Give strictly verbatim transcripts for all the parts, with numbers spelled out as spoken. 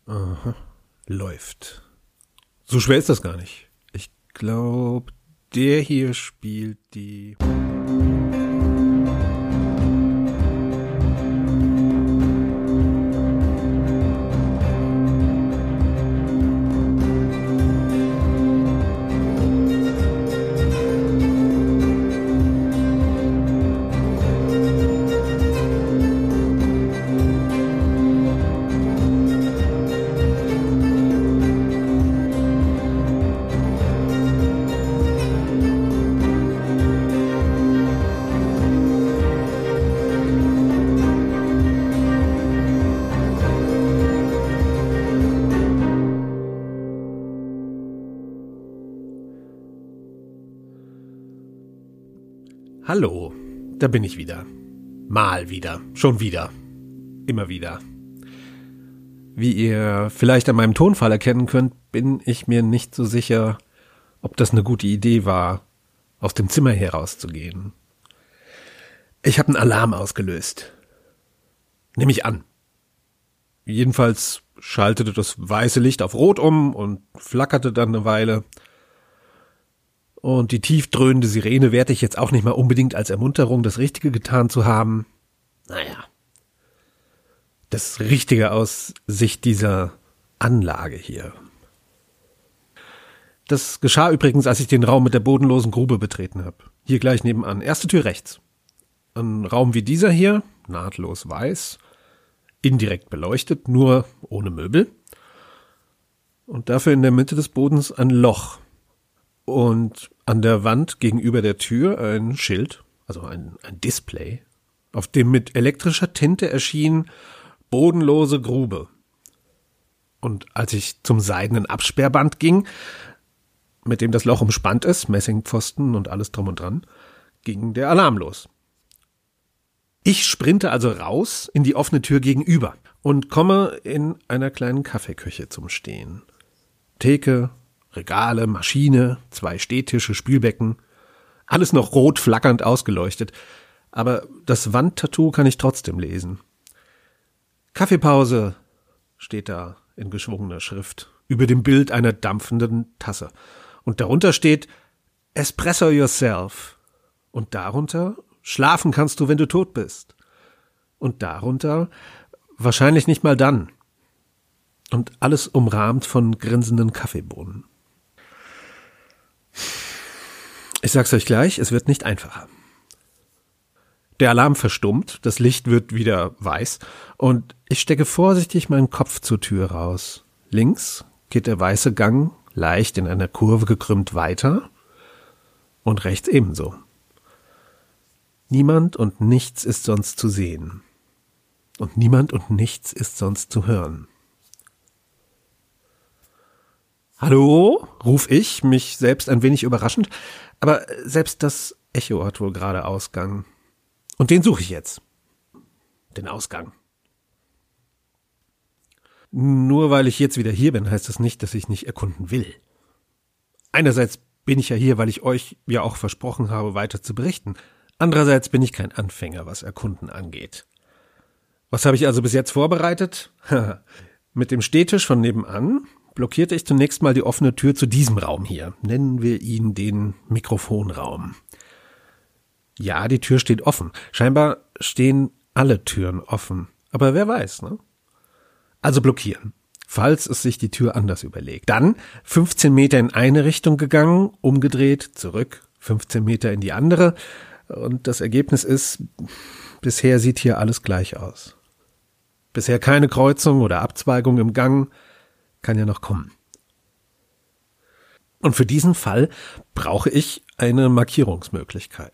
Aha, läuft. So schwer ist das gar nicht. Ich glaube, der hier spielt die... Hallo, da bin ich wieder. Mal wieder, schon wieder, immer wieder. Wie ihr vielleicht an meinem Tonfall erkennen könnt, bin ich mir nicht so sicher, ob das eine gute Idee war, aus dem Zimmer herauszugehen. Ich habe einen Alarm ausgelöst. Nehme ich an. Jedenfalls schaltete das weiße Licht auf Rot um und flackerte dann eine Weile. Und die tief dröhnende Sirene werte ich jetzt auch nicht mal unbedingt als Ermunterung, das Richtige getan zu haben. Naja, das Richtige aus Sicht dieser Anlage hier. Das geschah übrigens, als ich den Raum mit der bodenlosen Grube betreten habe. Hier gleich nebenan. Erste Tür rechts. Ein Raum wie dieser hier, nahtlos weiß, indirekt beleuchtet, nur ohne Möbel. Und dafür in der Mitte des Bodens ein Loch. Und an der Wand gegenüber der Tür ein Schild, also ein, ein Display, auf dem mit elektrischer Tinte erschien bodenlose Grube. Und als ich zum seidenen Absperrband ging, mit dem das Loch umspannt ist, Messingpfosten und alles drum und dran, ging der Alarm los. Ich sprinte also raus in die offene Tür gegenüber und komme in einer kleinen Kaffeeküche zum Stehen. Theke, Regale, Maschine, zwei Stehtische, Spülbecken, alles noch rot flackernd ausgeleuchtet, aber das Wandtattoo kann ich trotzdem lesen. Kaffeepause steht da in geschwungener Schrift über dem Bild einer dampfenden Tasse und darunter steht Espresso yourself und darunter schlafen kannst du, wenn du tot bist und darunter wahrscheinlich nicht mal dann und alles umrahmt von grinsenden Kaffeebohnen. Ich sag's euch gleich, es wird nicht einfacher. Der Alarm verstummt, das Licht wird wieder weiß und ich stecke vorsichtig meinen Kopf zur Tür raus. Links geht der weiße Gang leicht in einer Kurve gekrümmt weiter und rechts ebenso. Niemand und nichts ist sonst zu sehen und niemand und nichts ist sonst zu hören. Hallo, ruf ich, mich selbst ein wenig überraschend, aber selbst das Echo hat wohl gerade Ausgang. Und den suche ich jetzt. Den Ausgang. Nur weil ich jetzt wieder hier bin, heißt das nicht, dass ich nicht erkunden will. Einerseits bin ich ja hier, weil ich euch ja auch versprochen habe, weiter zu berichten. Andererseits bin ich kein Anfänger, was Erkunden angeht. Was habe ich also bis jetzt vorbereitet? Mit dem Stehtisch von nebenan blockierte ich zunächst mal die offene Tür zu diesem Raum hier. Nennen wir ihn den Mikrofonraum. Ja, die Tür steht offen. Scheinbar stehen alle Türen offen. Aber wer weiß, ne? Also blockieren, falls es sich die Tür anders überlegt. Dann fünfzehn Meter in eine Richtung gegangen, umgedreht, zurück, fünfzehn Meter in die andere. Und das Ergebnis ist, bisher sieht hier alles gleich aus. Bisher keine Kreuzung oder Abzweigung im Gang. Kann ja noch kommen. Und für diesen Fall brauche ich eine Markierungsmöglichkeit.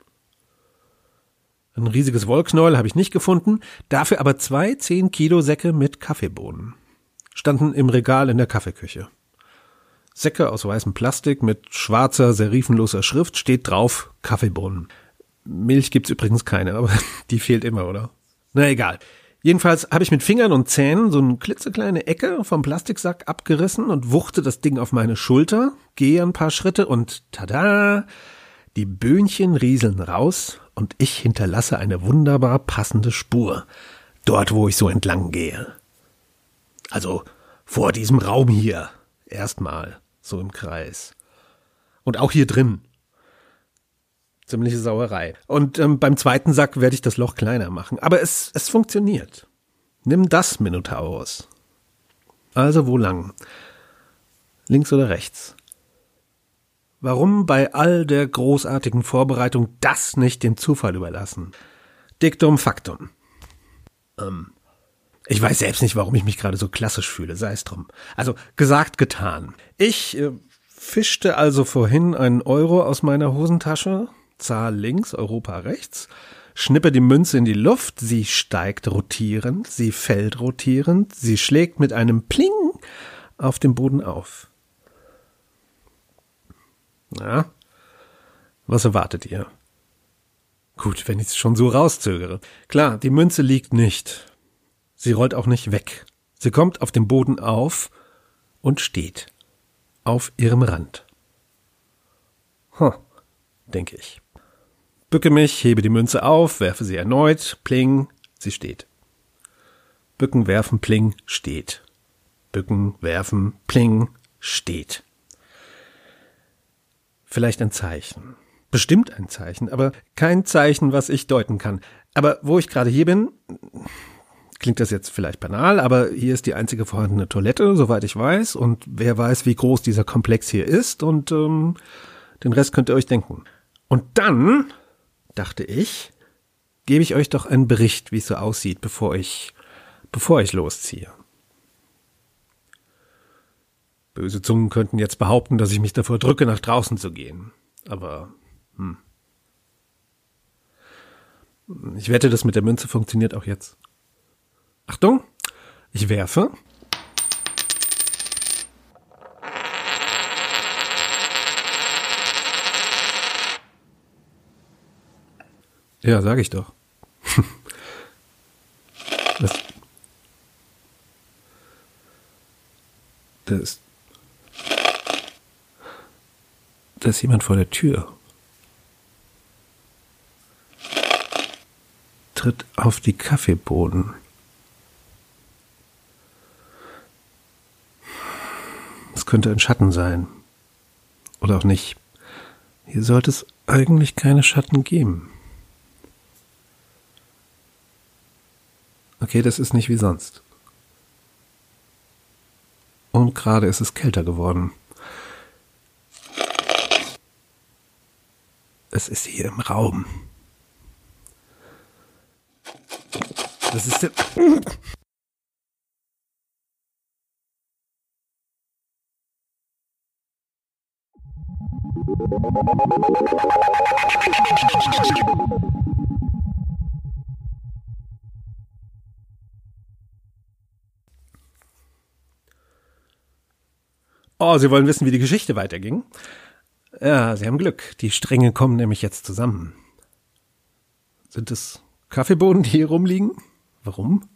Ein riesiges Wollknäuel habe ich nicht gefunden, dafür aber zwei zehn Kilo Säcke mit Kaffeebohnen. Standen im Regal in der Kaffeeküche. Säcke aus weißem Plastik mit schwarzer, serifenloser Schrift, steht drauf Kaffeebohnen. Milch gibt's übrigens keine, aber die fehlt immer, oder? Na egal. Jedenfalls habe ich mit Fingern und Zähnen so eine klitzekleine Ecke vom Plastiksack abgerissen und wuchte das Ding auf meine Schulter, gehe ein paar Schritte und tada, die Böhnchen rieseln raus und ich hinterlasse eine wunderbar passende Spur, dort wo ich so entlang gehe. Also Vor diesem Raum hier. Erstmal. So im Kreis. Und auch hier drin. Ziemliche Sauerei. Und ähm, beim zweiten Sack werde ich das Loch kleiner machen. Aber es, es funktioniert. Nimm das, Minotaurus. Also wo lang? Links oder rechts? Warum bei all der großartigen Vorbereitung das nicht dem Zufall überlassen? Dictum factum. Ähm, ich weiß selbst nicht, warum ich mich gerade so klassisch fühle, sei es drum. Also gesagt, getan. Ich äh, fischte also vorhin einen Euro aus meiner Hosentasche, Zahl links, Europa rechts, schnippe die Münze in die Luft, sie steigt rotierend, sie fällt rotierend, sie schlägt mit einem Pling auf dem Boden auf. Na, was erwartet ihr? Gut, wenn ich es schon so rauszögere. Klar, die Münze liegt nicht. Sie rollt auch nicht weg. Sie kommt auf dem Boden auf und steht auf ihrem Rand. Hm, denke ich. Bücke mich, hebe die Münze auf, werfe sie erneut, pling, sie steht. Bücken, werfen, pling, steht. Bücken, werfen, pling, steht. Vielleicht ein Zeichen. Bestimmt ein Zeichen, aber kein Zeichen, was ich deuten kann. Aber wo ich gerade hier bin, klingt das jetzt vielleicht banal, aber hier ist die einzige vorhandene Toilette, soweit ich weiß. Und wer weiß, wie groß dieser Komplex hier ist. Und ähm, den Rest könnt ihr euch denken. Und dann, dachte ich, gebe ich euch doch einen Bericht, wie es so aussieht, bevor ich, bevor ich losziehe. Böse Zungen könnten jetzt behaupten, dass ich mich davor drücke, nach draußen zu gehen. Aber, hm. Ich wette, das mit der Münze funktioniert auch jetzt. Achtung, ich werfe. Ja, sag ich doch. Was? Da ist... Da ist jemand vor der Tür. Tritt auf die Kaffeebohnen. Es könnte ein Schatten sein. Oder auch nicht. Hier sollte es eigentlich keine Schatten geben. Okay, das ist nicht wie sonst. Und gerade ist es kälter geworden. Es ist hier im Raum. Das ist der... Oh, Sie wollen wissen, wie die Geschichte weiterging? Ja, Sie haben Glück. Die Stränge kommen nämlich jetzt zusammen. Sind es Kaffeebohnen, die hier rumliegen? Warum?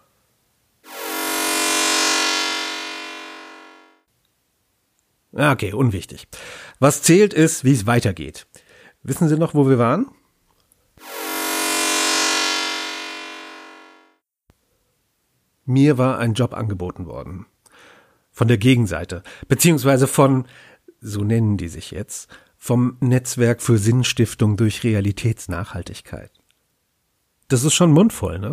Okay, unwichtig. Was zählt ist, wie es weitergeht. Wissen Sie noch, wo wir waren? Mir war ein Job angeboten worden. Von der Gegenseite, beziehungsweise von, so nennen die sich jetzt, vom Netzwerk für Sinnstiftung durch Realitätsnachhaltigkeit. Das ist schon mundvoll, ne?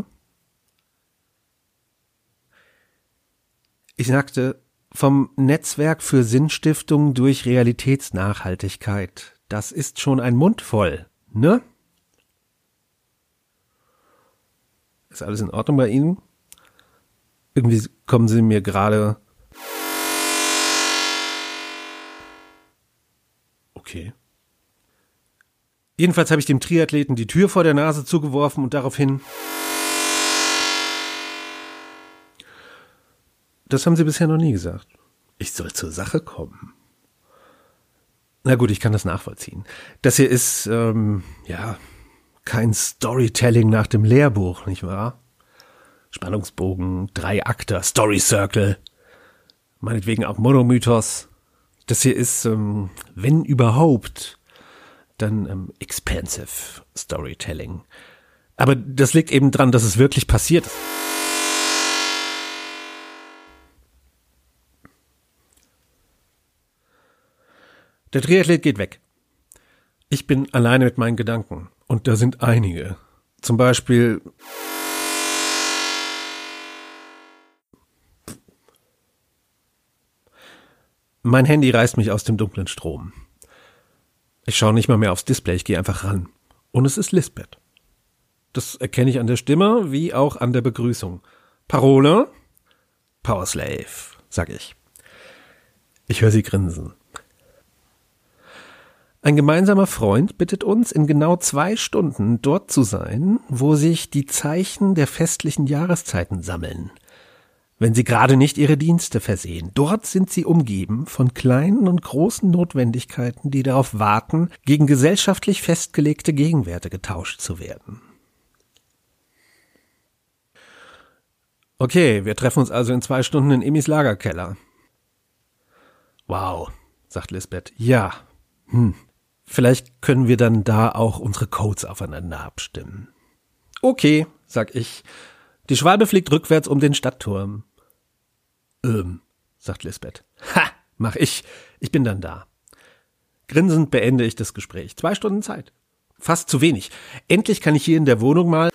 Ich sagte, vom Netzwerk für Sinnstiftung durch Realitätsnachhaltigkeit. Das ist schon ein Mund voll, ne? Ist alles in Ordnung bei Ihnen? Irgendwie kommen Sie mir gerade... Okay. Jedenfalls habe ich dem Triathleten die Tür vor der Nase zugeworfen und daraufhin... Das haben Sie bisher noch nie gesagt. Ich soll zur Sache kommen. Na gut, ich kann das nachvollziehen. Das hier ist, ähm, ja, kein Storytelling nach dem Lehrbuch, nicht wahr? Spannungsbogen, Dreiakter, Story Circle, meinetwegen auch Monomythos. Das hier ist, ähm, wenn überhaupt, dann ähm, expansive Storytelling. Aber das liegt eben dran, dass es wirklich passiert ist. Der Triathlet geht weg. Ich bin alleine mit meinen Gedanken. Und da sind einige. Zum Beispiel... Mein Handy reißt mich aus dem dunklen Strom. Ich schaue nicht mal mehr aufs Display, ich gehe einfach ran. Und es ist Lisbeth. Das erkenne ich an der Stimme, wie auch an der Begrüßung. Parole? Powerslave, sag ich. Ich höre sie grinsen. Ein gemeinsamer Freund bittet uns, in genau zwei Stunden dort zu sein, wo sich die Zeichen der festlichen Jahreszeiten sammeln. Wenn sie gerade nicht ihre Dienste versehen. Dort sind sie umgeben von kleinen und großen Notwendigkeiten, die darauf warten, gegen gesellschaftlich festgelegte Gegenwerte getauscht zu werden. Okay, wir treffen uns also in zwei Stunden in Emis Lagerkeller. Wow, sagt Lisbeth. Ja, hm. Vielleicht können wir dann da auch unsere Codes aufeinander abstimmen. Okay, sag ich. Die Schwalbe fliegt rückwärts um den Stadtturm. Ähm, sagt Lisbeth. Ha, mach ich. Ich bin dann da. Grinsend beende ich das Gespräch. Zwei Stunden Zeit. Fast zu wenig. Endlich kann ich hier in der Wohnung mal...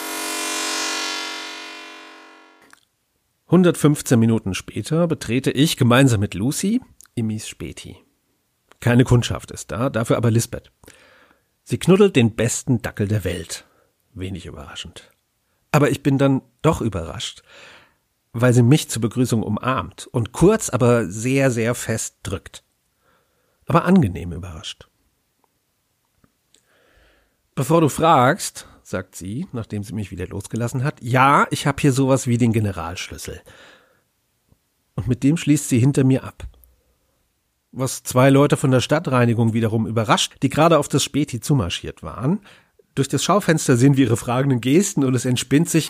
hundertfünfzehn Minuten später betrete ich gemeinsam mit Lucy Emis Späti. Keine Kundschaft ist da, dafür aber Lisbeth. Sie knuddelt den besten Dackel der Welt. Wenig überraschend. Aber ich bin dann doch überrascht, weil sie mich zur Begrüßung umarmt und kurz, aber sehr, sehr fest drückt. Aber angenehm überrascht. Bevor du fragst, sagt sie, nachdem sie mich wieder losgelassen hat, ja, ich habe hier sowas wie den Generalschlüssel. Und mit dem schließt sie hinter mir ab. Was zwei Leute von der Stadtreinigung wiederum überrascht, die gerade auf das Späti zumarschiert waren. Durch das Schaufenster sehen wir ihre fragenden Gesten und es entspinnt sich.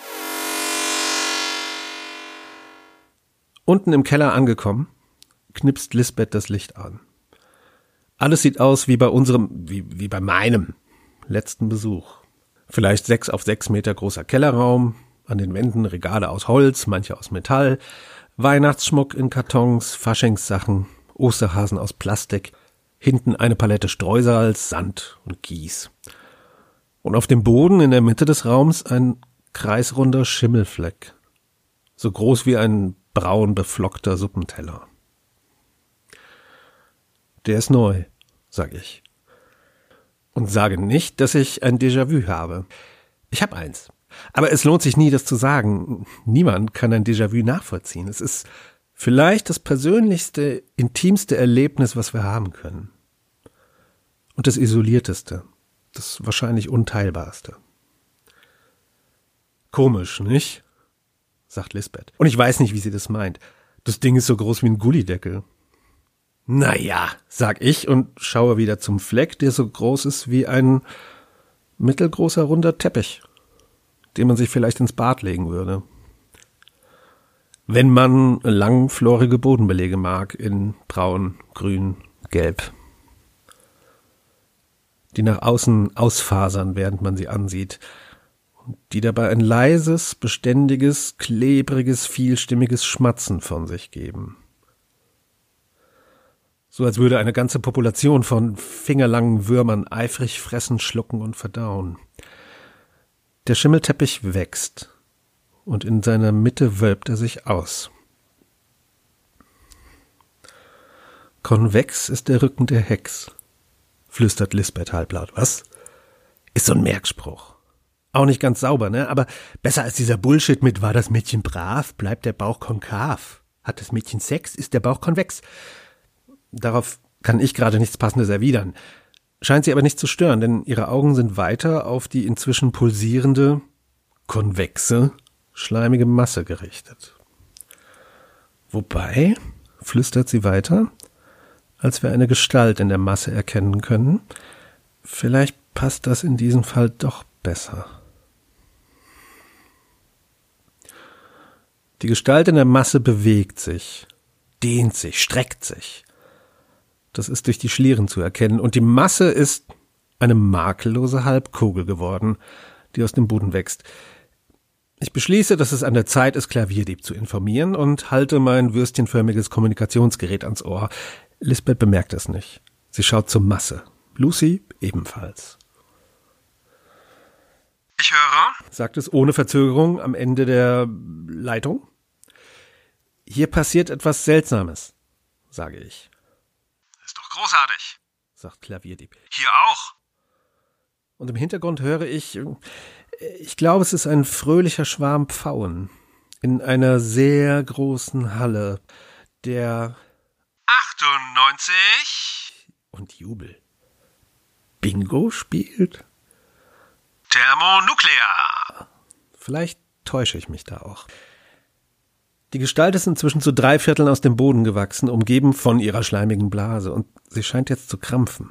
Unten im Keller angekommen, knipst Lisbeth das Licht an. Alles sieht aus wie bei unserem, wie, wie bei meinem letzten Besuch. Vielleicht sechs auf sechs Meter großer Kellerraum, an den Wänden Regale aus Holz, manche aus Metall, Weihnachtsschmuck in Kartons, Faschingssachen, Osterhasen aus Plastik, hinten eine Palette Streusalz, Sand und Kies. Und auf dem Boden in der Mitte des Raums ein kreisrunder Schimmelfleck, so groß wie ein braun beflockter Suppenteller. Der ist neu, sag ich. Und sage nicht, dass ich ein Déjà-vu habe. Ich habe eins. Aber es lohnt sich nie, das zu sagen. Niemand kann ein Déjà-vu nachvollziehen. Es ist vielleicht das persönlichste, intimste Erlebnis, was wir haben können. Und das isolierteste, das wahrscheinlich unteilbarste. Komisch, nicht? Sagt Lisbeth. Und ich weiß nicht, wie sie das meint. Das Ding ist so groß wie ein Gullideckel. Naja, sag ich und schaue wieder zum Fleck, der so groß ist wie ein mittelgroßer runder Teppich, den man sich vielleicht ins Bad legen würde. Wenn man langflorige Bodenbelege mag, in braun, grün, gelb. Die nach außen ausfasern, während man sie ansieht. Und die dabei ein leises, beständiges, klebriges, vielstimmiges Schmatzen von sich geben. So als würde eine ganze Population von fingerlangen Würmern eifrig fressen, schlucken und verdauen. Der Schimmelteppich wächst. Und in seiner Mitte wölbt er sich aus. Konvex ist der Rücken der Hex, flüstert Lisbeth halblaut. Was? Ist so ein Merkspruch. Auch nicht ganz sauber, ne? Aber besser als dieser Bullshit mit war das Mädchen brav, bleibt der Bauch konkav. Hat das Mädchen Sex, ist der Bauch konvex. Darauf kann ich gerade nichts Passendes erwidern. Scheint sie aber nicht zu stören, denn ihre Augen sind weiter auf die inzwischen pulsierende, konvexe, schleimige Masse gerichtet. Wobei, flüstert sie weiter, als wir eine Gestalt in der Masse erkennen können, vielleicht passt das in diesem Fall doch besser. Die Gestalt in der Masse bewegt sich, dehnt sich, streckt sich. Das ist durch die Schlieren zu erkennen. Und die Masse ist eine makellose Halbkugel geworden, die aus dem Boden wächst. Ich beschließe, dass es an der Zeit ist, Klavierdieb zu informieren und halte mein würstchenförmiges Kommunikationsgerät ans Ohr. Lisbeth bemerkt es nicht. Sie schaut zur Masse. Lucy ebenfalls. Ich höre, sagt es ohne Verzögerung am Ende der Leitung. Hier passiert etwas Seltsames, sage ich. Ist doch großartig, sagt Klavierdieb. Hier auch. Und im Hintergrund höre ich, ich glaube, es ist ein fröhlicher Schwarm Pfauen in einer sehr großen Halle, der achtundneunzig und Jubel. Bingo spielt? Thermonuklear. Vielleicht täusche ich mich da auch. Die Gestalt ist inzwischen zu drei Vierteln aus dem Boden gewachsen, umgeben von ihrer schleimigen Blase, und sie scheint jetzt zu krampfen.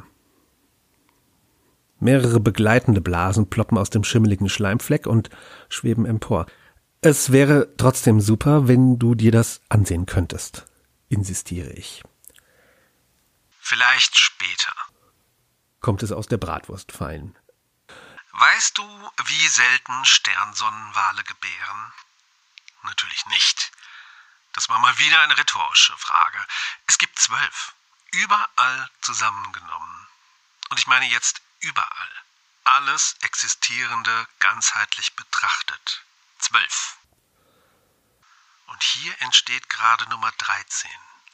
Mehrere begleitende Blasen ploppen aus dem schimmeligen Schleimfleck und schweben empor. Es wäre trotzdem super, wenn du dir das ansehen könntest, insistiere ich. Vielleicht später. Kommt es aus der Bratwurst fallen. Weißt du, wie selten Sternsonnenwale gebären? Natürlich nicht. Das war mal wieder eine rhetorische Frage. Es gibt zwölf. Überall zusammengenommen. Und ich meine jetzt überall. Alles Existierende ganzheitlich betrachtet. Zwölf. Und hier entsteht gerade Nummer dreizehn.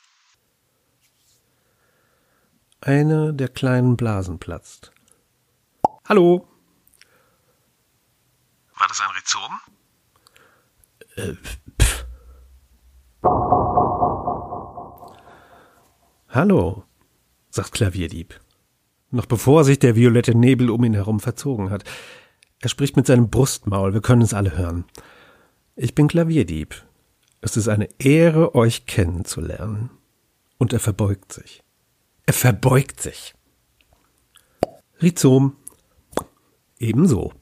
Eine der kleinen Blasen platzt. Hallo. War das ein Rhizom? Äh, pff. Hallo, sagt Klavierdieb. Noch bevor sich der violette Nebel um ihn herum verzogen hat. Er spricht mit seinem Brustmaul, wir können es alle hören. Ich bin Klavierdieb. Es ist eine Ehre, euch kennenzulernen. Und er verbeugt sich. Er verbeugt sich. Rhizom. Ebenso.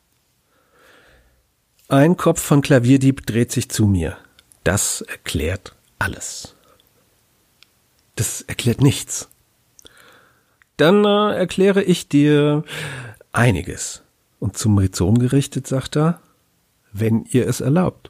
Ein Kopf von Klavierdieb dreht sich zu mir. Das erklärt alles. Das erklärt nichts. Dann äh, erkläre ich dir einiges. Und zum Rhizom gerichtet sagt er, wenn ihr es erlaubt.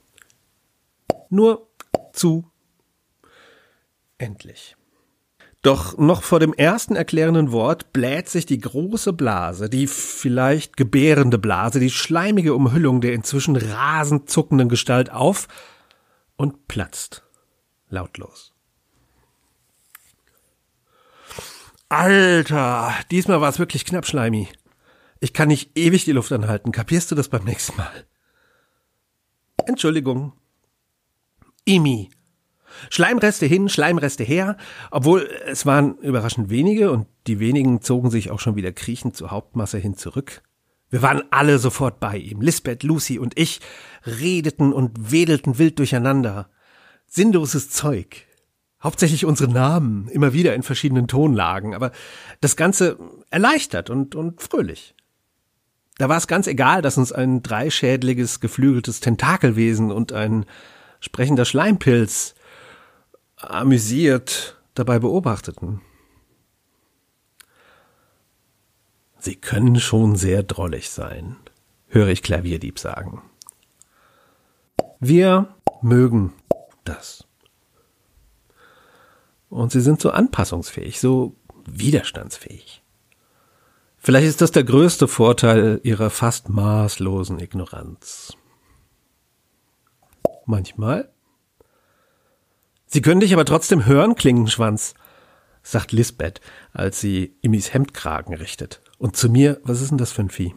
Nur zu. Endlich. Doch noch vor dem ersten erklärenden Wort bläht sich die große Blase, die vielleicht gebärende Blase, die schleimige Umhüllung der inzwischen rasend zuckenden Gestalt auf und platzt. Lautlos. Alter, diesmal war es wirklich knapp, Schleimi. Ich kann nicht ewig die Luft anhalten. Kapierst du das beim nächsten Mal? Entschuldigung. Imi. Schleimreste hin, Schleimreste her, obwohl es waren überraschend wenige und die wenigen zogen sich auch schon wieder kriechend zur Hauptmasse hin zurück. Wir waren alle sofort bei ihm. Lisbeth, Lucy und ich redeten und wedelten wild durcheinander. Sinnloses Zeug. Hauptsächlich unsere Namen, immer wieder in verschiedenen Tonlagen, aber das Ganze erleichtert und, und fröhlich. Da war es ganz egal, dass uns ein dreischädliges, geflügeltes Tentakelwesen und ein sprechender Schleimpilz amüsiert dabei beobachteten. Sie können schon sehr drollig sein, höre ich Klavierdieb sagen. Wir mögen das. Und sie sind so anpassungsfähig, so widerstandsfähig. Vielleicht ist das der größte Vorteil ihrer fast maßlosen Ignoranz. Manchmal. Sie können dich aber trotzdem hören, Klingenschwanz, sagt Lisbeth, als sie Immis Hemdkragen richtet. Und zu mir, was ist denn das für ein Vieh?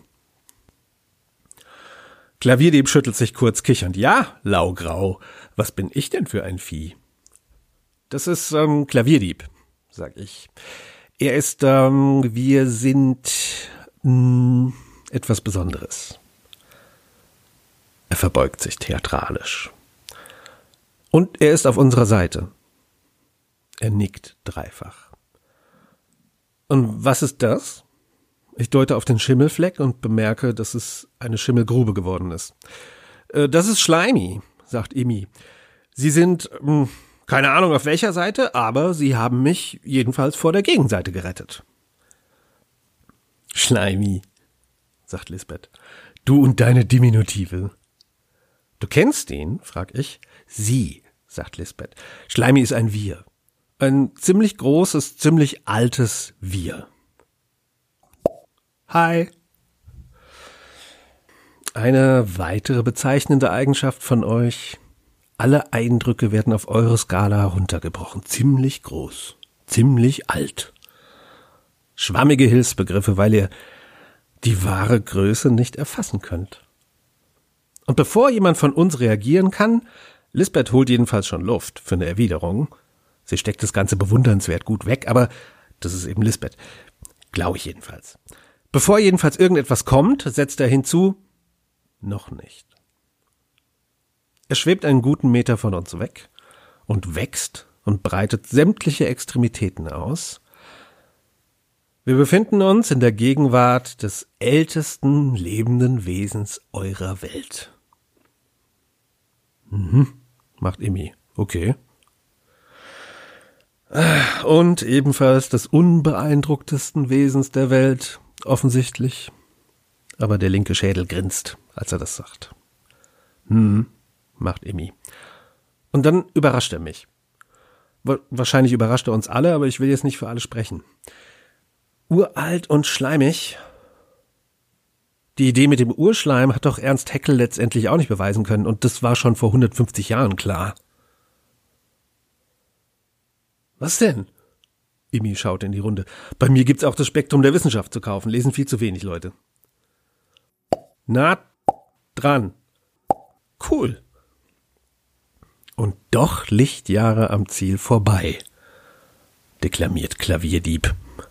Klavierdieb schüttelt sich kurz kichernd. Ja, Laugrau, was bin ich denn für ein Vieh? Das ist ähm, Klavierdieb, sag ich. Er ist, ähm, wir sind mh, etwas Besonderes. Er verbeugt sich theatralisch. Und er ist auf unserer Seite. Er nickt dreifach. Und was ist das? Ich deute auf den Schimmelfleck und bemerke, dass es eine Schimmelgrube geworden ist. Äh, das ist Schleimi, sagt Imi. Sie sind, mh, keine Ahnung auf welcher Seite, aber sie haben mich jedenfalls vor der Gegenseite gerettet. Schleimi, sagt Lisbeth. Du und deine Diminutive. Du kennst ihn, frag ich. Sie, sagt Lisbeth. Schleimi ist ein Wir. Ein ziemlich großes, ziemlich altes Wir. Hi. Eine weitere bezeichnende Eigenschaft von euch: alle Eindrücke werden auf eure Skala heruntergebrochen. Ziemlich groß, ziemlich alt. Schwammige Hilfsbegriffe, weil ihr die wahre Größe nicht erfassen könnt. Und bevor jemand von uns reagieren kann, Lisbeth holt jedenfalls schon Luft für eine Erwiderung. Sie steckt das Ganze bewundernswert gut weg, aber das ist eben Lisbeth. Glaube ich jedenfalls. Bevor jedenfalls irgendetwas kommt, setzt er hinzu: noch nicht. Er schwebt einen guten Meter von uns weg und wächst und breitet sämtliche Extremitäten aus. Wir befinden uns in der Gegenwart des ältesten lebenden Wesens eurer Welt. Mhm, macht Emmy. Okay. Und ebenfalls des unbeeindrucktesten Wesens der Welt, offensichtlich. Aber der linke Schädel grinst, als er das sagt. Hm, macht Emmy. Und dann überrascht er mich. Wahrscheinlich überrascht er uns alle, aber ich will jetzt nicht für alle sprechen. Uralt und schleimig. Die Idee mit dem Urschleim hat doch Ernst Haeckel letztendlich auch nicht beweisen können, und das war schon vor hundertfünfzig Jahren klar. Was denn? Emmy schaut in die Runde. Bei mir gibt's auch das Spektrum der Wissenschaft zu kaufen. Lesen viel zu wenig Leute. Na, dran. Cool. Und doch Lichtjahre am Ziel vorbei, deklamiert Klavierdieb.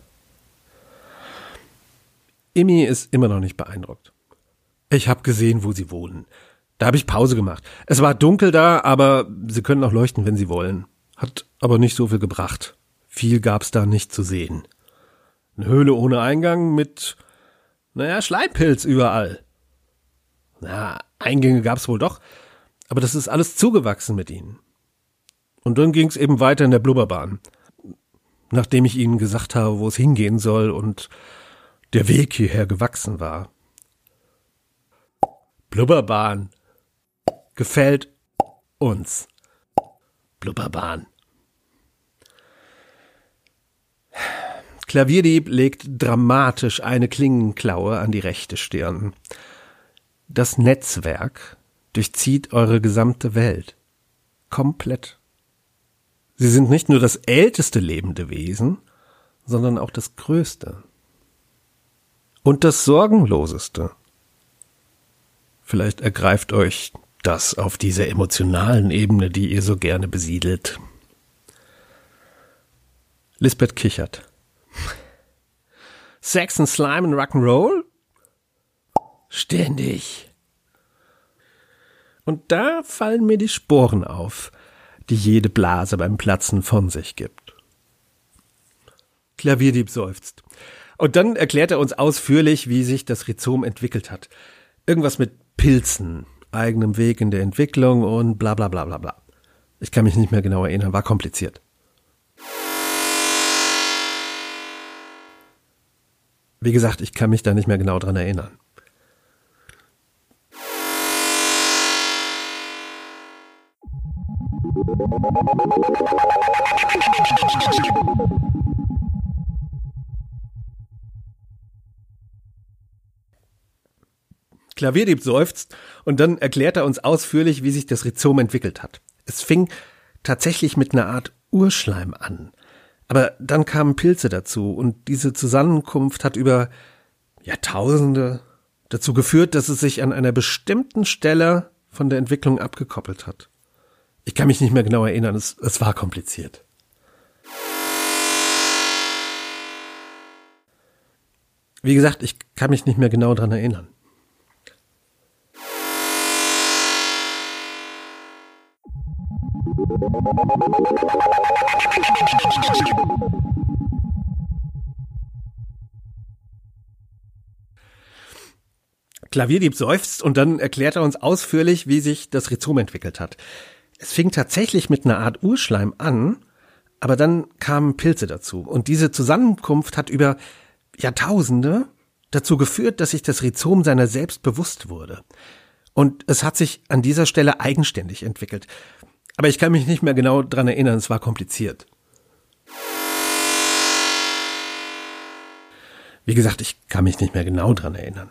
Emmy ist immer noch nicht beeindruckt. Ich habe gesehen, wo sie wohnen. Da habe ich Pause gemacht. Es war dunkel da, aber sie können auch leuchten, wenn sie wollen. Hat aber nicht so viel gebracht. Viel gab's da nicht zu sehen. Eine Höhle ohne Eingang mit, naja, Schleimpilz überall. Na, Eingänge gab's wohl doch, aber das ist alles zugewachsen mit ihnen. Und dann ging's eben weiter in der Blubberbahn. Nachdem ich ihnen gesagt habe, wo es hingehen soll und der Weg hierher gewachsen war. Blubberbahn. Gefällt uns. Blubberbahn. Klavierdieb legt dramatisch eine Klingenklaue an die rechte Stirn. Das Netzwerk durchzieht eure gesamte Welt. Komplett. Sie sind nicht nur das älteste lebende Wesen, sondern auch das größte. Und das sorgenloseste. Vielleicht ergreift euch das auf dieser emotionalen Ebene, die ihr so gerne besiedelt. Lisbeth kichert. Sex and Slime and Rock'n'Roll? Ständig. Und da fallen mir die Sporen auf, die jede Blase beim Platzen von sich gibt. Klavierdieb seufzt. Und dann erklärt er uns ausführlich, wie sich das Rhizom entwickelt hat. Irgendwas mit Pilzen, eigenem Weg in der Entwicklung und bla bla bla bla bla. Ich kann mich nicht mehr genau erinnern, war kompliziert. Wie gesagt, ich kann mich da nicht mehr genau dran erinnern. Klavierdieb seufzt und dann erklärt er uns ausführlich, wie sich das Rhizom entwickelt hat. Es fing tatsächlich mit einer Art Urschleim an. Aber dann kamen Pilze dazu und diese Zusammenkunft hat über Jahrtausende dazu geführt, dass es sich an einer bestimmten Stelle von der Entwicklung abgekoppelt hat. Ich kann mich nicht mehr genau erinnern, es, es war kompliziert. Wie gesagt, ich kann mich nicht mehr genau dran erinnern. Klavierdieb seufzt und dann erklärt er uns ausführlich, wie sich das Rhizom entwickelt hat. Es fing tatsächlich mit einer Art Urschleim an, aber dann kamen Pilze dazu. Und diese Zusammenkunft hat über Jahrtausende dazu geführt, dass sich das Rhizom seiner selbst bewusst wurde. Und es hat sich an dieser Stelle eigenständig entwickelt. Aber ich kann mich nicht mehr genau dran erinnern, es war kompliziert. Wie gesagt, ich kann mich nicht mehr genau dran erinnern.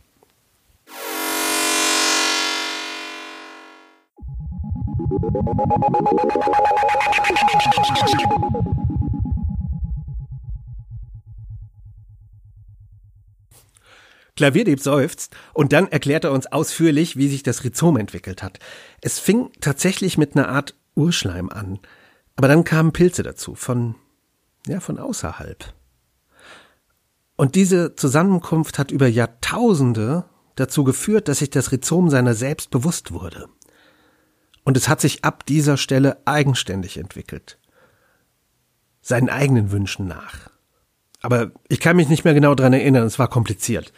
Klavierdieb seufzt und dann erklärt er uns ausführlich, wie sich das Rhizom entwickelt hat. Es fing tatsächlich mit einer Art Urschleim an, aber dann kamen Pilze dazu, von, ja, von außerhalb. Und diese Zusammenkunft hat über Jahrtausende dazu geführt, dass sich das Rhizom seiner selbst bewusst wurde. Und es hat sich ab dieser Stelle eigenständig entwickelt. Seinen eigenen Wünschen nach. Aber ich kann mich nicht mehr genau dran erinnern, es war kompliziert.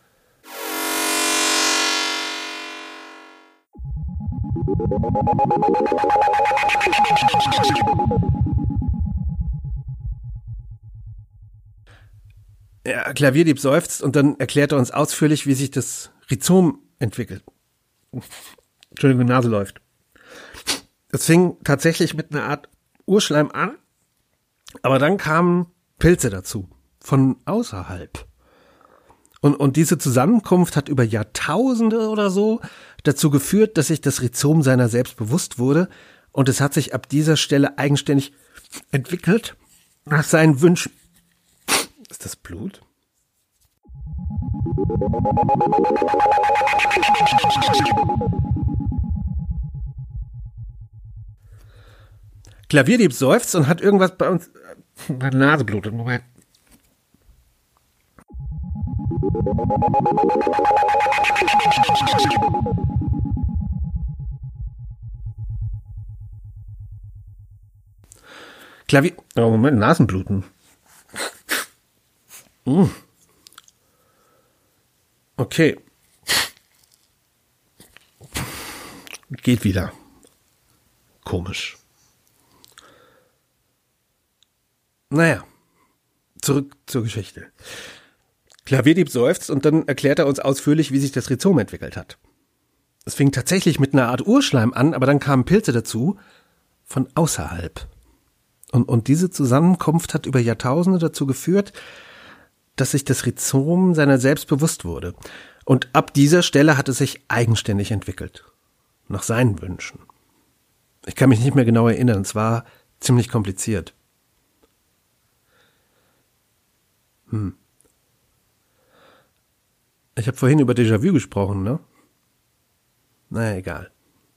Ja, Klavierdieb seufzt und dann erklärt er uns ausführlich, wie sich das Rhizom entwickelt. Entschuldigung, die Nase läuft. Es fing tatsächlich mit einer Art Urschleim an, aber dann kamen Pilze dazu, von außerhalb. Und, und diese Zusammenkunft hat über Jahrtausende oder so dazu geführt, dass sich das Rhizom seiner selbst bewusst wurde und es hat sich ab dieser Stelle eigenständig entwickelt nach seinen Wünschen. Ist das Blut? Klavierdieb seufzt und hat irgendwas bei uns. Meine Nase blutet. Moment. Klavier. Oh, Moment, Nasenbluten. Mm. Okay. Geht wieder. Komisch. Naja, zurück zur Geschichte. Klavierdieb seufzt und dann erklärt er uns ausführlich, wie sich das Rhizom entwickelt hat. Es fing tatsächlich mit einer Art Urschleim an, aber dann kamen Pilze dazu von außerhalb. Und, und diese Zusammenkunft hat über Jahrtausende dazu geführt, dass sich das Rhizom seiner selbst bewusst wurde. Und ab dieser Stelle hat es sich eigenständig entwickelt. Nach seinen Wünschen. Ich kann mich nicht mehr genau erinnern, es war ziemlich kompliziert. Hm. Ich habe vorhin über Déjà-vu gesprochen, ne? Naja, egal.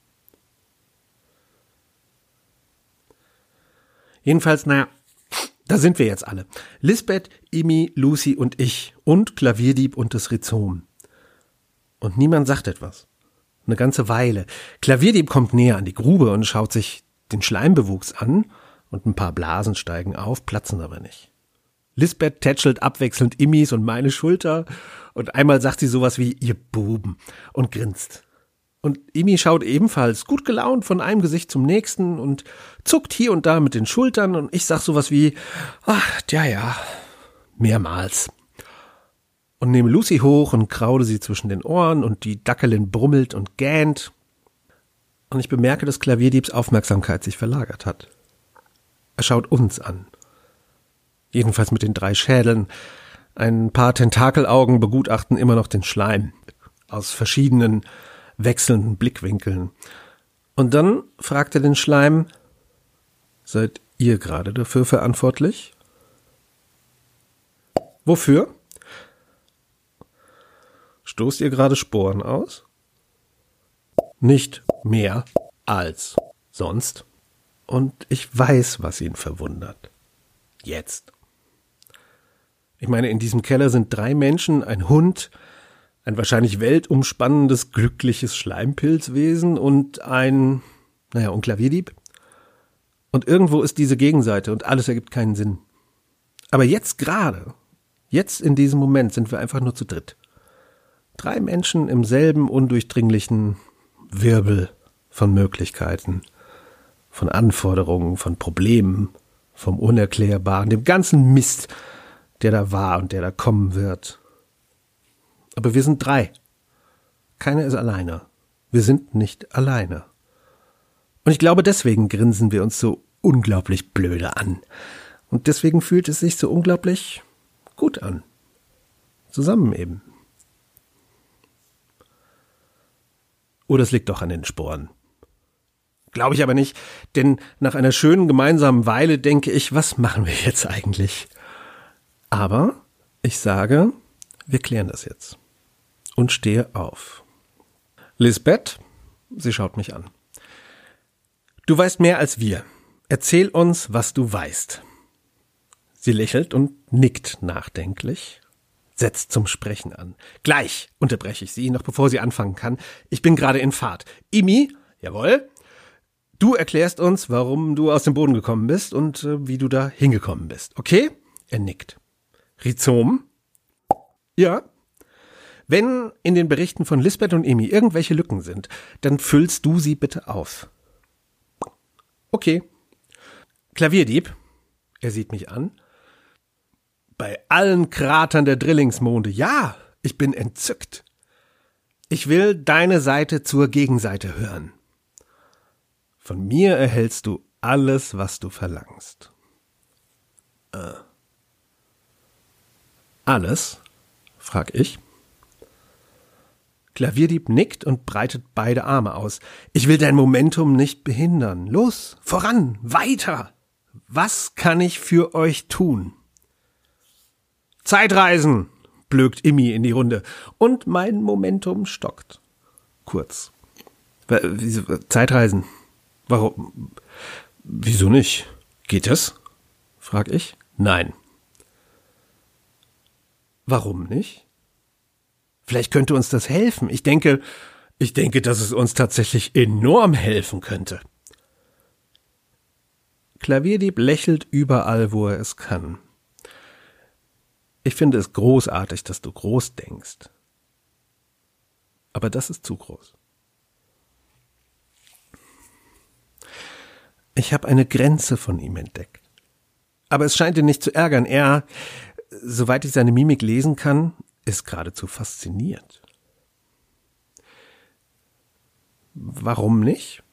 Jedenfalls, naja, da sind wir jetzt alle. Lisbeth, Imi, Lucy und ich und Klavierdieb und das Rhizom. Und niemand sagt etwas. Eine ganze Weile. Klavierdieb kommt näher an die Grube und schaut sich den Schleimbewuchs an und ein paar Blasen steigen auf, platzen aber nicht. Lisbeth tätschelt abwechselnd Immis und meine Schulter und einmal sagt sie sowas wie ihr Buben und grinst. Und Imi schaut ebenfalls gut gelaunt von einem Gesicht zum nächsten und zuckt hier und da mit den Schultern und ich sag sowas wie, ach, ja, ja, mehrmals. Und nehme Lucy hoch und kraude sie zwischen den Ohren und die Dackelin brummelt und gähnt. Und ich bemerke, dass Klavierdiebs Aufmerksamkeit sich verlagert hat. Er schaut uns an. Jedenfalls mit den drei Schädeln. Ein paar Tentakelaugen begutachten immer noch den Schleim. Aus verschiedenen, wechselnden Blickwinkeln. Und dann fragt er den Schleim, seid ihr gerade dafür verantwortlich? Wofür? Stoßt ihr gerade Sporen aus? Nicht mehr als sonst. Und ich weiß, was ihn verwundert. Jetzt. Ich meine, in diesem Keller sind drei Menschen, ein Hund, ein wahrscheinlich weltumspannendes, glückliches Schleimpilzwesen und ein, naja, und Klavierdieb. Und irgendwo ist diese Gegenseite und alles ergibt keinen Sinn. Aber jetzt gerade, jetzt in diesem Moment sind wir einfach nur zu dritt. Drei Menschen im selben undurchdringlichen Wirbel von Möglichkeiten, von Anforderungen, von Problemen, vom Unerklärbaren, dem ganzen Mist, der da war und der da kommen wird. Aber wir sind drei. Keiner ist alleine. Wir sind nicht alleine. Und ich glaube, deswegen grinsen wir uns so unglaublich blöde an. Und deswegen fühlt es sich so unglaublich gut an. Zusammen eben. Oder es liegt doch an den Sporen. Glaube ich aber nicht, denn nach einer schönen gemeinsamen Weile denke ich, was machen wir jetzt eigentlich? Aber ich sage, wir klären das jetzt. Und stehe auf. Lisbeth, sie schaut mich an. Du weißt mehr als wir. Erzähl uns, was du weißt. Sie lächelt und nickt nachdenklich, setzt zum Sprechen an. Gleich unterbreche ich sie, noch bevor sie anfangen kann. Ich bin gerade in Fahrt. Imi, jawohl, du erklärst uns, warum du aus dem Boden gekommen bist und äh, wie du da hingekommen bist. Okay? Er nickt. Rhizom? Ja. Wenn in den Berichten von Lisbeth und Imi irgendwelche Lücken sind, dann füllst du sie bitte auf. Okay. Klavierdieb? Er sieht mich an. Bei allen Kratern der Drillingsmonde, ja, ich bin entzückt. Ich will deine Seite zur Gegenseite hören. Von mir erhältst du alles, was du verlangst. Äh. Alles? Frag ich. Klavierdieb nickt und breitet beide Arme aus. Ich will dein Momentum nicht behindern. Los, voran, weiter. Was kann ich für euch tun? Zeitreisen, blökt Imi in die Runde. Und mein Momentum stockt. Kurz. Zeitreisen? Warum? Wieso nicht? Geht es? Frag ich. Nein. Warum nicht? Vielleicht könnte uns das helfen. Ich denke, ich denke, dass es uns tatsächlich enorm helfen könnte. Klavierdieb lächelt überall, wo er es kann. Ich finde es großartig, dass du groß denkst. Aber das ist zu groß. Ich habe eine Grenze von ihm entdeckt. Aber es scheint ihn nicht zu ärgern. Er, soweit ich seine Mimik lesen kann, ist geradezu fasziniert. Warum nicht?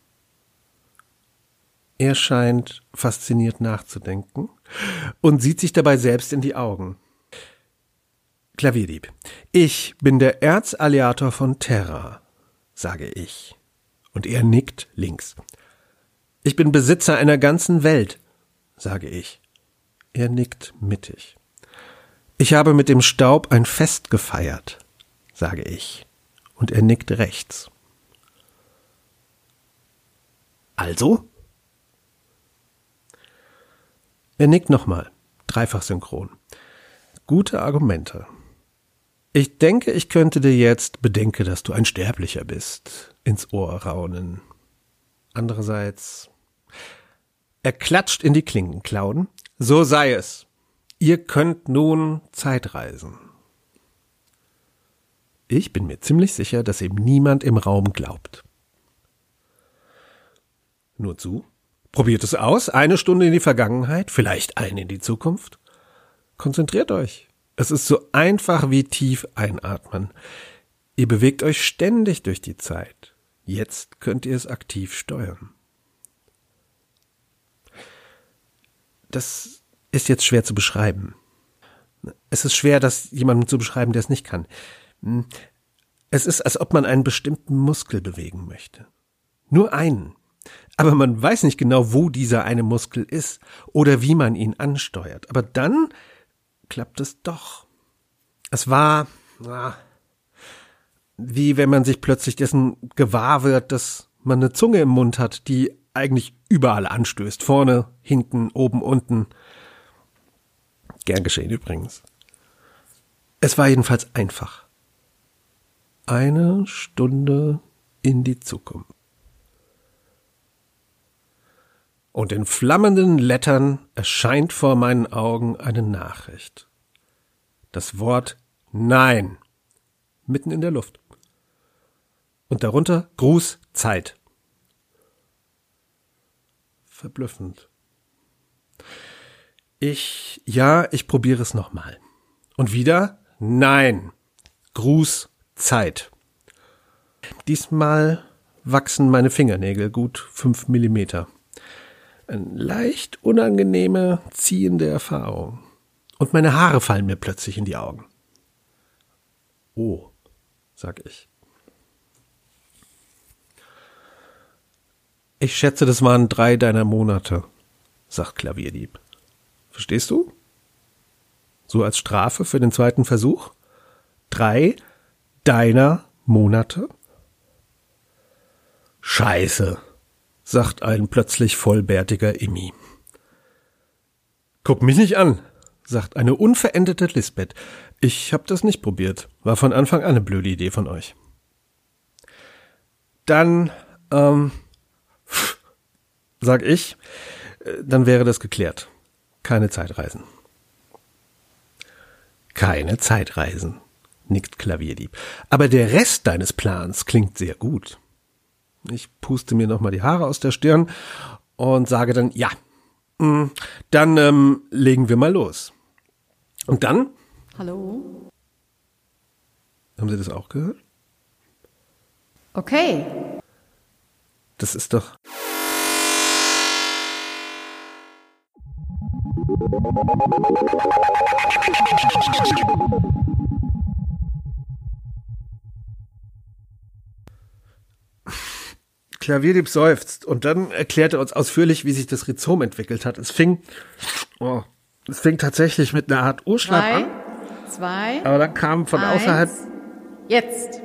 Er scheint fasziniert nachzudenken und sieht sich dabei selbst in die Augen. Klavierdieb. Ich bin der Erzalliator von Terra, sage ich. Und er nickt links. Ich bin Besitzer einer ganzen Welt, sage ich. Er nickt mittig. Ich habe mit dem Staub ein Fest gefeiert, sage ich. Und er nickt rechts. Also? Er nickt nochmal, dreifach synchron. Gute Argumente. Ich denke, ich könnte dir jetzt, bedenke, dass du ein Sterblicher bist, ins Ohr raunen. Andererseits, er klatscht in die Klinkenklauen. So sei es. Ihr könnt nun Zeitreisen. Ich bin mir ziemlich sicher, dass ihm niemand im Raum glaubt. Nur zu. Probiert es aus. Eine Stunde in die Vergangenheit, vielleicht eine in die Zukunft. Konzentriert euch. Es ist so einfach wie tief einatmen. Ihr bewegt euch ständig durch die Zeit. Jetzt könnt ihr es aktiv steuern. Das ist jetzt schwer zu beschreiben. Es ist schwer, das jemandem zu beschreiben, der es nicht kann. Es ist, als ob man einen bestimmten Muskel bewegen möchte. Nur einen. Aber man weiß nicht genau, wo dieser eine Muskel ist oder wie man ihn ansteuert. Aber dann klappt es doch. Es war na, wie wenn man sich plötzlich dessen gewahr wird, dass man eine Zunge im Mund hat, die eigentlich überall anstößt. Vorne, hinten, oben, unten. Gern geschehen übrigens. Es war jedenfalls einfach. Eine Stunde in die Zukunft. Und in flammenden Lettern erscheint vor meinen Augen eine Nachricht. Das Wort Nein. Mitten in der Luft. Und darunter Gruß Zeit. Verblüffend. Ich, ja, ich probiere es nochmal. Und wieder Nein. Gruß Zeit. Diesmal wachsen meine Fingernägel gut fünf Millimeter. Eine leicht unangenehme, ziehende Erfahrung. Und meine Haare fallen mir plötzlich in die Augen. Oh, sag ich. Ich schätze, das waren drei deiner Monate, sagt Klavierdieb. Verstehst du? So als Strafe für den zweiten Versuch? Drei deiner Monate? Scheiße, sagt ein plötzlich vollbärtiger Immi. Guck mich nicht an, sagt eine unveränderte Lisbeth. Ich hab das nicht probiert. War von Anfang an eine blöde Idee von euch. Dann, ähm, sag ich, dann wäre das geklärt. Keine Zeitreisen. Keine Zeitreisen, nickt Klavierdieb. Aber der Rest deines Plans klingt sehr gut. Ich puste mir nochmal die Haare aus der Stirn und sage dann, ja, dann ähm, legen wir mal los. Und dann? Hallo? Haben Sie das auch gehört? Okay. Das ist doch... Klavierdieb seufzt und dann erklärt er uns ausführlich, wie sich das Rhizom entwickelt hat. Es fing, oh, es fing tatsächlich mit einer Art Urschlag Drei, an, zwei, aber dann kam von eins, außerhalb... Jetzt.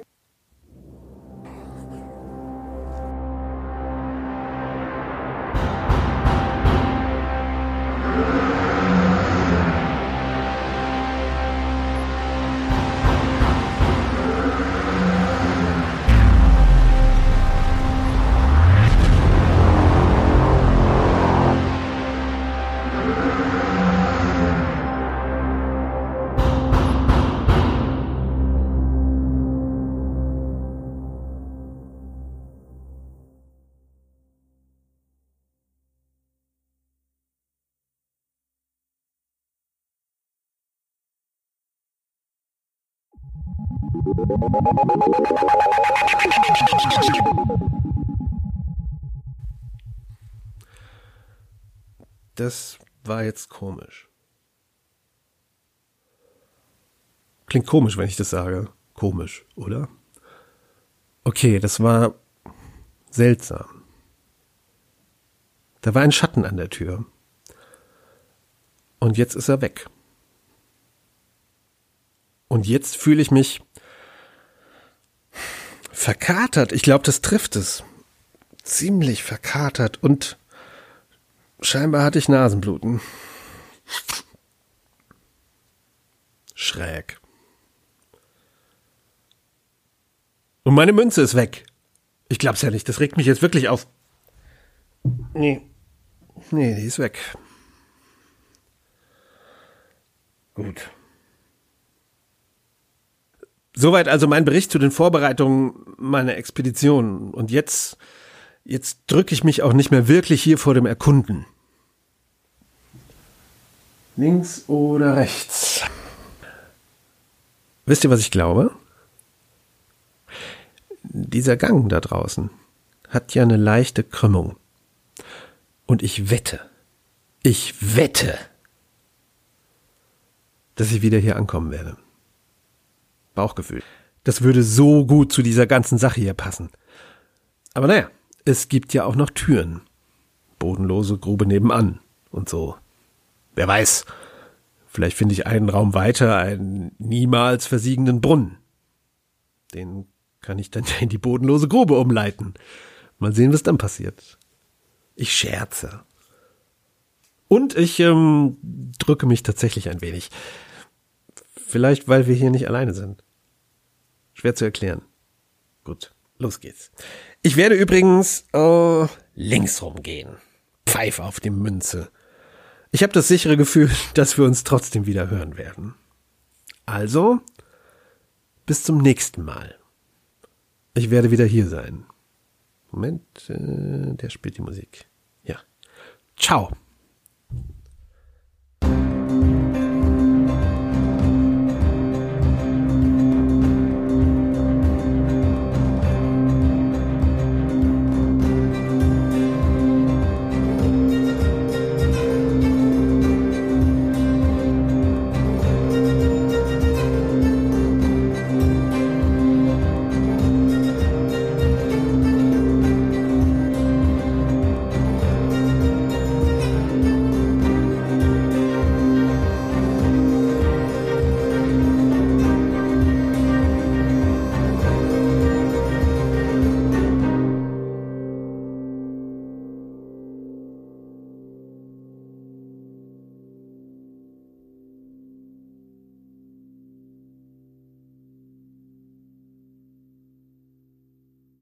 Das war jetzt komisch. Klingt komisch, wenn ich das sage. Komisch, oder? Okay, das war seltsam. Da war ein Schatten an der Tür. Und jetzt ist er weg. Und jetzt fühle ich mich verkatert. Ich glaube, das trifft es. Ziemlich verkatert und scheinbar hatte ich Nasenbluten. Schräg. Und meine Münze ist weg. Ich glaub's ja nicht. Das regt mich jetzt wirklich auf. Nee. Nee, die ist weg. Gut. Soweit also mein Bericht zu den Vorbereitungen meiner Expedition. Und jetzt, jetzt drücke ich mich auch nicht mehr wirklich hier vor dem Erkunden. Links oder rechts? Wisst ihr, was ich glaube? Dieser Gang da draußen hat ja eine leichte Krümmung. Und ich wette, ich wette, dass ich wieder hier ankommen werde. Bauchgefühl. Das würde so gut zu dieser ganzen Sache hier passen. Aber naja, es gibt ja auch noch Türen. Bodenlose Grube nebenan und so. Wer weiß, vielleicht finde ich einen Raum weiter einen niemals versiegenden Brunnen. Den kann ich dann in die bodenlose Grube umleiten. Mal sehen, was dann passiert. Ich scherze. Und ich ähm, drücke mich tatsächlich ein wenig. Vielleicht, weil wir hier nicht alleine sind. Schwer zu erklären. Gut, los geht's. Ich werde übrigens äh, links rumgehen. Pfeife auf die Münze. Ich habe das sichere Gefühl, dass wir uns trotzdem wieder hören werden. Also, bis zum nächsten Mal. Ich werde wieder hier sein. Moment, äh, der spielt die Musik. Ja. Ciao.